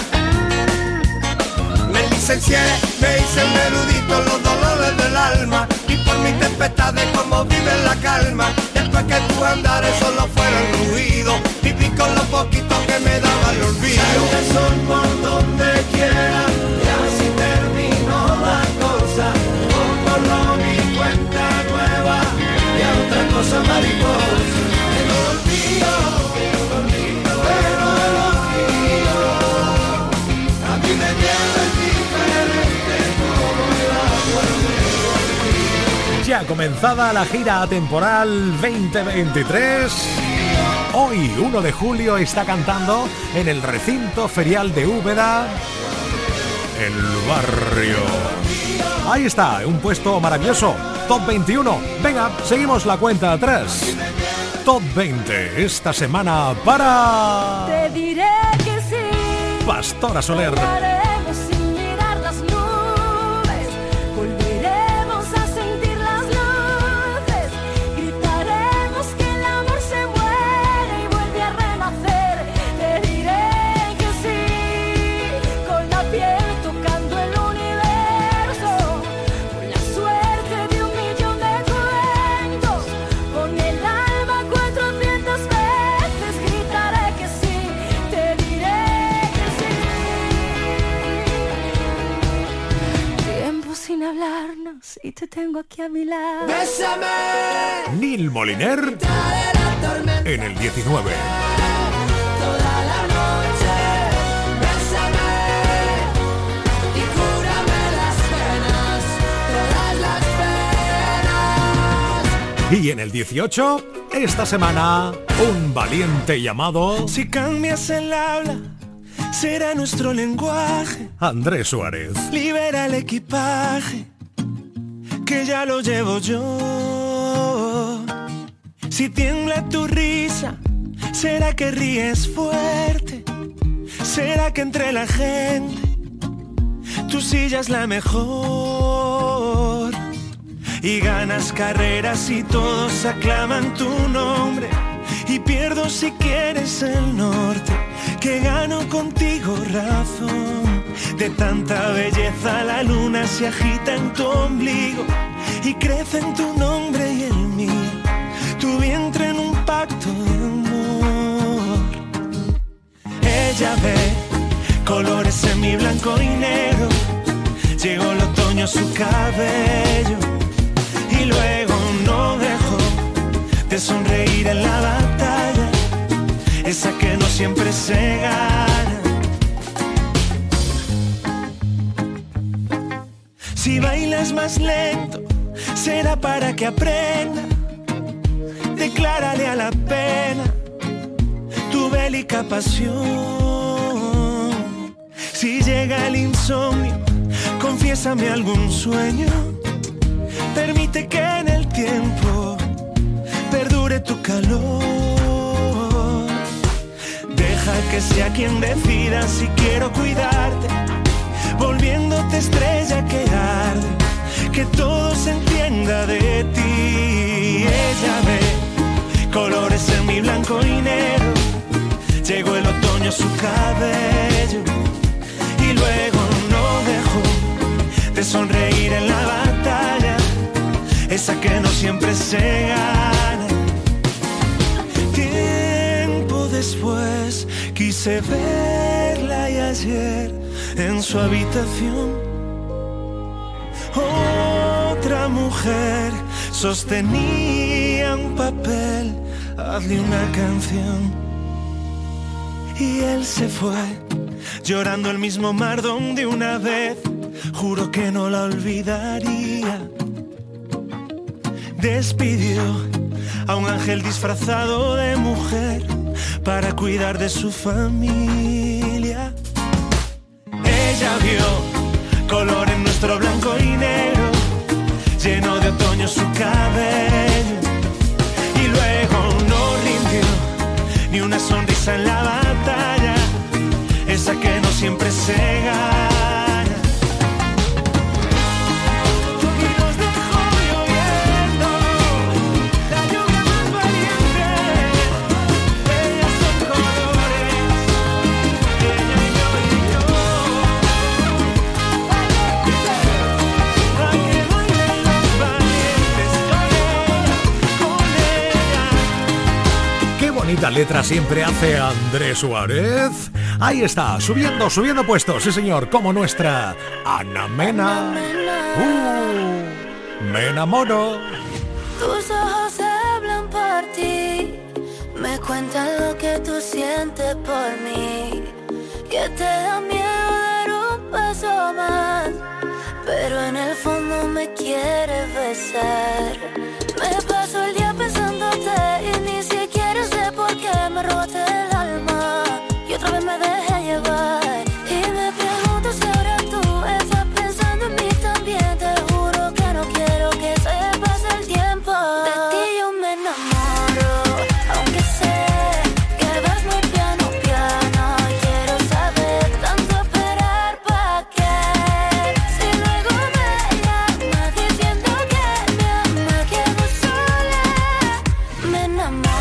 Me licencié, me hice un erudito en los dolores del alma. Y por mis tempestades como vive en la calma. Después que tus andares solo fueron ruido, viví con lo poquito que me daba el olvido. Salga el sol por donde quiera, y así terminó la cosa. Con borrón y cuenta nueva, y a otra cosa mariposa. Pero lo olvido, pero lo olvido. A mí me lleva diferente como el agua de los ríos. Ya comenzada la gira temporal veinte veintitrés. Hoy, uno de julio, está cantando en el recinto ferial de Úbeda, el barrio. Ahí está, un puesto maravilloso, Top veintiuno. Venga, seguimos la cuenta atrás. Top veinte, esta semana para... Te diré que sí. Pastora Soler. Volaremos sin mirar las nubes. Volveremos a sentir las luces. Gritaremos que el amor se muere y vuelve a renacer. Te diré que sí. Con la piel tocando el universo. Con la suerte de un millón de cuentos. Con el alma cuatrocientas veces gritaré que sí. Te diré que sí. Tiempo sin hablarnos y te tengo aquí a mi lado. Bésame. Neil Moliner en el diecinueve. Toda la noche, bésame y cúrame las penas, todas las penas. Y en el dieciocho, esta semana, un valiente llamado Si cambias el habla, será nuestro lenguaje. Andrés Suárez. Libera el equipaje, que ya lo llevo yo. Si tiembla tu risa, ¿será que ríes fuerte? ¿Será que entre la gente tu silla es la mejor? Y ganas carreras y todos aclaman tu nombre. Y pierdo si quieres el norte, que gano contigo razón. De tanta belleza la luna se agita en tu ombligo y crece en tu nombre y el mío, tu vientre en un pacto de amor. Ella ve colores en mi blanco y negro, llegó el otoño su cabello y luego no dejó de sonreír en la batalla, esa que no siempre se gana. Si bailas más lento, será para que aprenda. Declárale a la pena tu bélica pasión. Si llega el insomnio, confiésame algún sueño. Permite que en el tiempo perdure tu calor. Deja que sea quien decida si quiero cuidarte, volviéndote estrella que arde, que todo se entienda de ti. Ella ve colores en mi blanco y negro, llegó el otoño a su cabello y luego no dejó de sonreír en la batalla, esa que no siempre se gana. Tiempo después quise verla y ayer en su habitación otra mujer sostenía un papel, hazle una canción. Y él se fue, llorando el mismo mar donde una vez juró que no la olvidaría. Despidió a un ángel disfrazado de mujer para cuidar de su familia. Ella vio color en nuestro blanco y negro, lleno de otoño su cabello, y luego no rindió ni una sonrisa en la batalla, esa que no siempre se gana. Y nos dejó lloviendo, la lluvia más valiente. Ellas son colores, ella y yo y yo. A que bailen los valientes con ella, con ella. Qué bonita letra siempre hace Andrés Suárez. Ahí está, subiendo, subiendo puestos, sí señor, como nuestra Ana Mena. Uh, me enamoro. Tus ojos hablan por ti, me cuentan lo que tú sientes por mí, que te da miedo dar un paso más, pero en el fondo me quieres besar. Me paso el día pensándote y ni siquiera sé por qué me robaste el alma y otra vez me dejé llevar. Y me pregunto si ahora tú estás pensando en mí también. Te juro que no quiero que se pase el tiempo. De ti yo me enamoro, aunque sé que vas muy piano, piano. Quiero saber tanto esperar pa' qué. Si luego me llamas diciendo que me ama, quedo sola, me enamoro.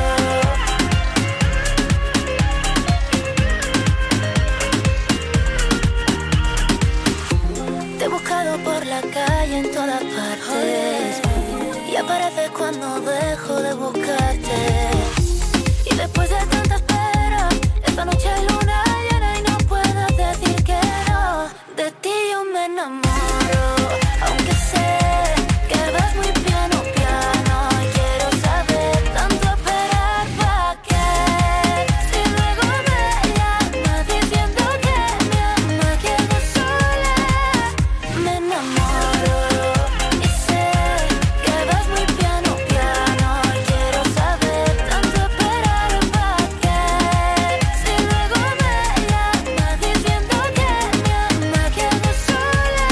Te he buscado por la calle en todas partes y apareces cuando dejo de buscarte. Y después de tanta espera, esta noche hay luna llena y no puedo decir que no. De ti yo me enamoro, aunque sé que vas muy piano, piano. Quiero saber tanto esperar pa' qué. Si luego me llamas diciendo que me ama, quedo sola, me enamoro. Y sé que vas muy piano, piano. Quiero saber tanto esperar pa' qué. Si luego me llamas diciendo que me ama, quedo sola.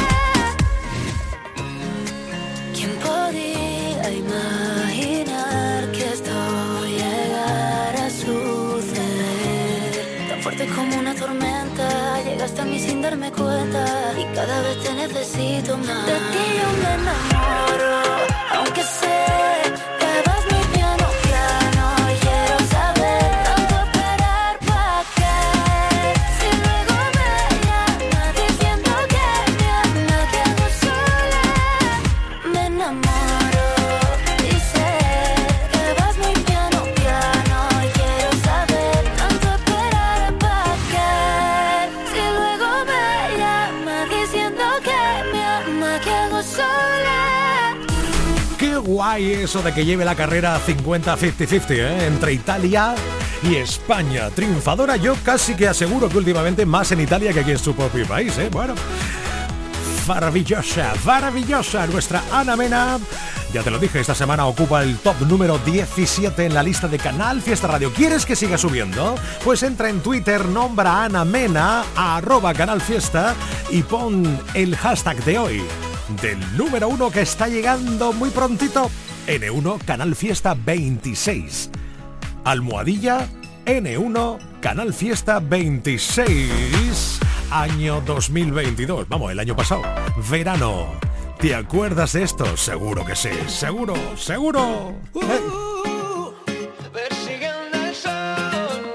¿Quién podía imaginar que esto llegara a suceder? Tan fuerte como una tormenta, llegaste a mí sin darme cuenta y cada vez te necesito más. De ti yo me enamoro, aunque sé que vas muy piano, piano. Quiero saber tanto esperar pa' qué. Si luego me llamas diciendo que me ama, quedo sola, me enamoro. Y sé que vas muy piano, piano. Quiero saber tanto esperar pa' qué. Si luego me llamas diciendo que me ama, quedo sola. Qué guay eso de que lleve la carrera cincuenta cincuenta cincuenta, ¿eh? Entre Italia y España. Triunfadora, yo casi que aseguro que últimamente más en Italia que aquí en su propio país, ¿eh? Bueno, maravillosa, maravillosa nuestra Ana Mena. Ya te lo dije, esta semana ocupa el top número diecisiete en la lista de Canal Fiesta Radio. ¿Quieres que siga subiendo? Pues entra en Twitter, nombra a Ana Mena, a arroba Canal Fiesta y pon el hashtag de hoy, del número uno que está llegando muy prontito. ene uno Canal Fiesta veintiséis. Almohadilla ene uno, Canal Fiesta veintiséis, año dos mil veintidós. Vamos, el año pasado. Verano. ¿Te acuerdas de esto? Seguro que sí. Seguro, seguro. Uh, persiguiendo el sol.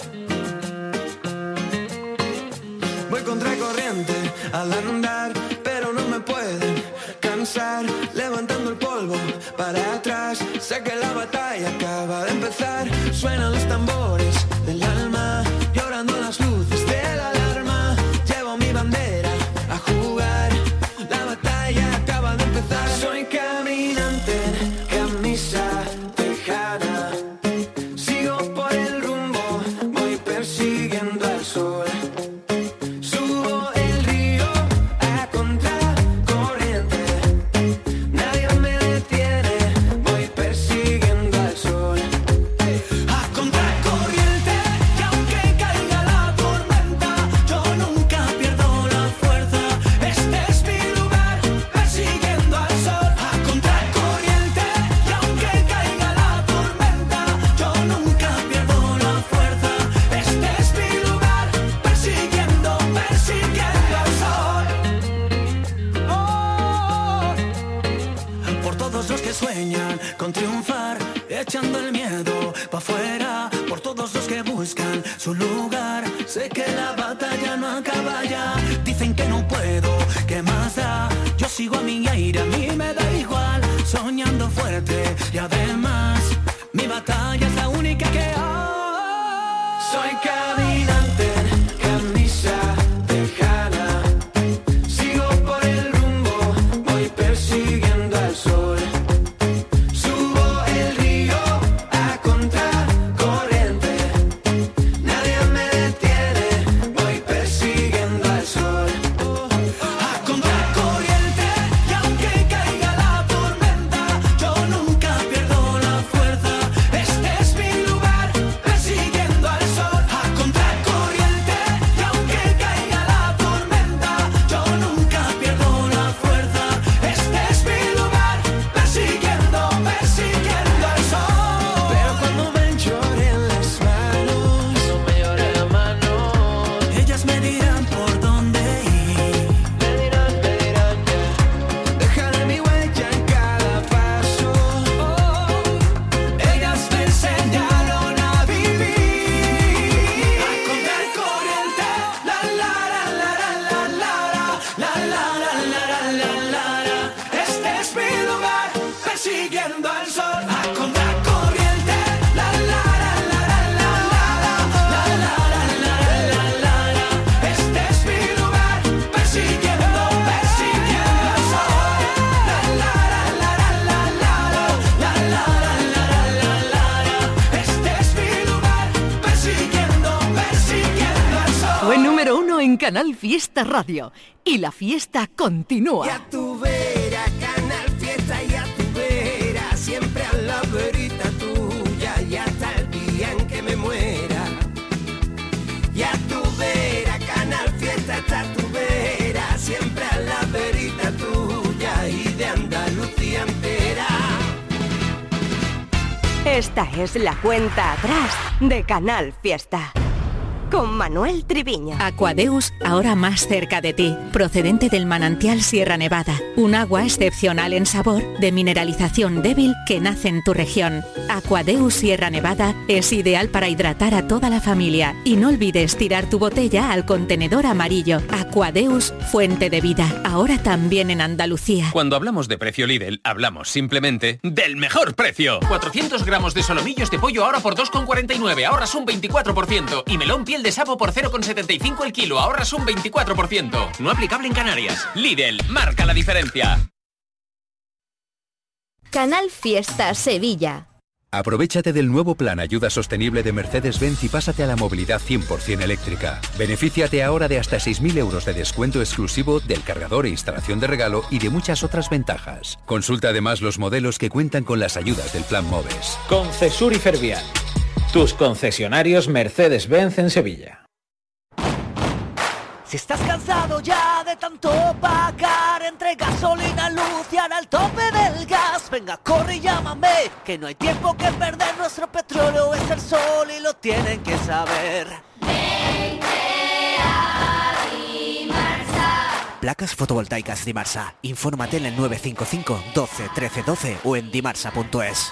Voy contra corriente al andar, pero no me pueden cansar. Levantando el polvo para atrás, sé que la batalla acaba de empezar. Suenan los tambores del alma, llorando las luces de la alarma. Llevo mi bandera a jugar, la batalla acaba de empezar. Soy caminante, camisa tejana, sigo por el rumbo, voy persiguiendo al sol. Subo el río a contracorriente, nadie me detiene, voy persiguiendo al sol. A contracorriente, y aunque caiga la tormenta, yo nunca pierdo la fuerza. Este es mi lugar, persiguiendo al sol. A contracorriente, y aunque caiga la tormenta, yo nunca pierdo la fuerza. Este es mi lugar, persiguiendo, persiguiendo al sol. Oh. Por todos los que sueñan con triunfar, echando el miedo pa' afuera. Por todos los que buscan su lugar, sé que la batalla no acaba ya. Dicen que no puedo, ¿qué más da? Yo sigo a mi aire, a mí me da igual. Soñando fuerte y además mi batalla es la única que hay. Soy caminante, camisa tejana, sigo por el rumbo, voy persiguiendo al sol. Subo el río a contracorriente, nadie me detiene, voy persiguiendo al sol. A contracorriente, y aunque caiga la tormenta, yo nunca pierdo la fuerza. Este es mi lugar, persiguiendo al sol. A contracorriente, y aunque caiga la tormenta, yo nunca pierdo la fuerza. Este es mi lugar, persiguiendo, persiguiendo al sol. Pero cuando me lloren las manos, no me llore la mano, ellas me dirán por dónde ir. Me dirán, me dirán ya. Dejaré mi huella en cada paso. Oh, ellas me enseñaron a vivir. A contracorriente, la la la la la la la la la la la la la. Este es mi lugar, persiguiendo al sol. A contracorriente, la la la la la la la la la la la la. Este es mi lugar, persiguiendo, persiguiendo al sol. La la la la la la la la la la la. Este es mi lugar, persiguiendo, persiguiendo al sol. Fue número uno en Canal Fiesta Radio. Y la fiesta continúa. Ya tu vera, Canal Fiesta, ya tu vera, siempre a la verita tuya, y hasta el día en que me muera. Ya tu vera, Canal Fiesta, está tu vera, siempre a la verita tuya y de Andalucía entera. Esta es la cuenta atrás de Canal Fiesta. Con Manuel Triviño. Aquadeus, ahora más cerca de ti, procedente del manantial Sierra Nevada, un agua excepcional en sabor, de mineralización débil que nace en tu región. Aquadeus Sierra Nevada es ideal para hidratar a toda la familia y no olvides tirar tu botella al contenedor amarillo. Aquadeus, fuente de vida, ahora también en Andalucía. Cuando hablamos de precio Lidl, hablamos simplemente del mejor precio. cuatrocientos gramos de solomillos de pollo ahora por dos con cuarenta y nueve, ahorras un veinticuatro por ciento. Y melón piel de sapo por cero con setenta y cinco el kilo, ahorras un veinticuatro por ciento. No aplicable en Canarias. Lidl, marca la diferencia. Canal Fiesta Sevilla. Aprovéchate del nuevo plan Ayuda Sostenible de Mercedes-Benz y pásate a la movilidad cien por ciento eléctrica. Benefíciate ahora de hasta seis mil euros de descuento exclusivo del cargador e instalación de regalo y de muchas otras ventajas. Consulta además los modelos que cuentan con las ayudas del plan MOVES. Concesur y Fervial, tus concesionarios Mercedes-Benz en Sevilla. Si estás cansado ya de tanto pagar entre gasolina, luz y ahora el tope del gas, venga, corre y llámame, que no hay tiempo que perder. Nuestro petróleo es el sol y lo tienen que saber. Vente a Dimarsa. Placas fotovoltaicas Dimarsa. Infórmate en el nueve cinco cinco doce trece doce o en dimarsa punto es.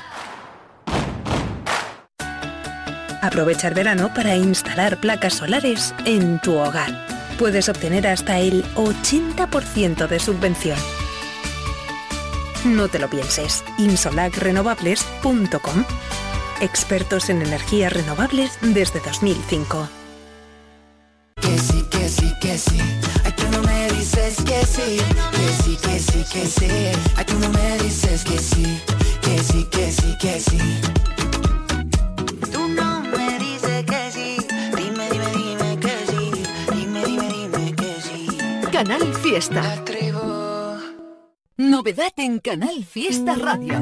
Aprovecha el verano para instalar placas solares en tu hogar. Puedes obtener hasta el ochenta por ciento de subvención. No te lo pienses. insolac renovables punto com. Expertos en energías renovables desde dos mil cinco. Que sí, que sí, que sí. Ay, tú no me dices que sí. Que sí, que sí, que sí. Ay, tú no me dices que sí. Que sí, que sí, que sí. Tú no me dices que sí. Dime, dime, dime que sí. Dime, dime, dime que sí. Canal Fiesta. Novedad en Canal Fiesta Radio.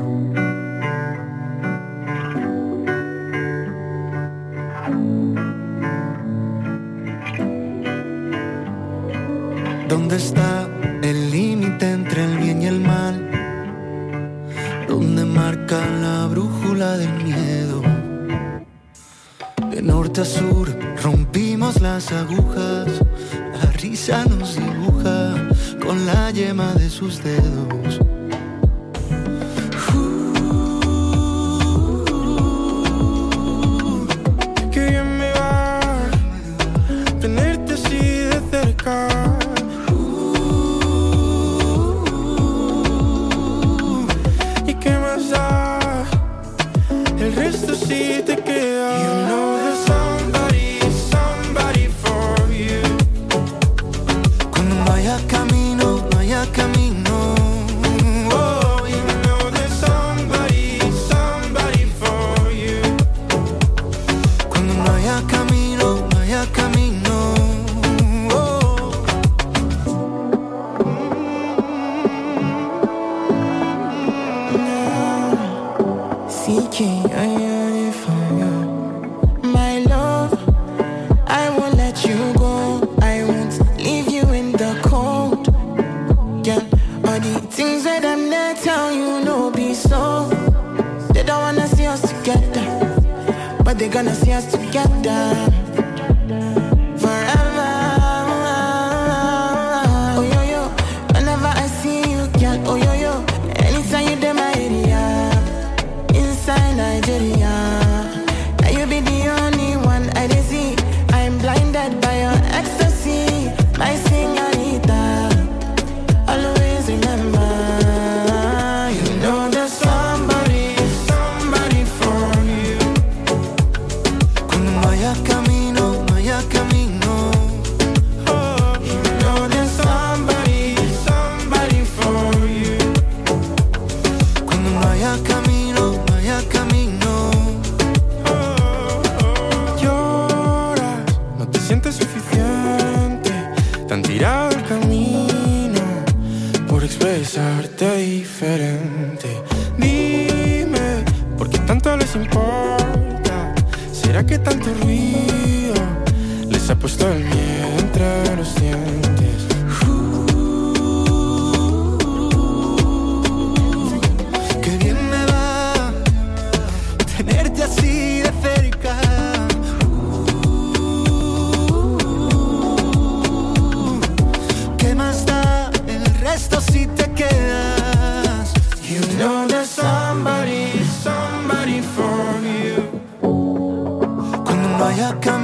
¿Dónde está el límite entre el bien y el mal? ¿Dónde marca la brújula del miedo? De norte a sur rompimos las agujas, la risa nos dibuja con la yema de sus dedos. Uh, qué bien me va tenerte así de cerca. Uh, ¿y qué más da? El resto sí te queda. You know there's somebody, somebody for you. Cuando no haya camino, no haya camino. Oh, you know there's somebody, somebody for you. Cuando no haya camino, no haya camino. Oh. Sí que hay algo for you. My love, I won't let you go. I won't leave you in the cold. Yeah, all the things that I'm not telling you, no be so. They don't wanna see us together, but they're gonna see us together forever. Oh yo yo, whenever I see you, girl. Oh yo yo, anytime you do my area, inside Nigeria, and you be the only one I dey see. I'm blinded by your ecstasy, my señorita. Always remember, you know there's somebody, somebody for you. Cuando no haya camino, no haya camino. Oh, you know there's somebody, somebody for you. Cuando no haya camino, no haya camino. Lloras, no te sientes suficiente, tan tirado el camino por expresarte diferente. Dime, ¿por qué tanto les importa? ¿Será que tanto ruido les ha puesto el miedo entre los dientes? Qué bien me va tenerte así de cerca. ¿Qué más da el resto si te quedas? You know there's somebody, somebody for you. Cuando no haya camino,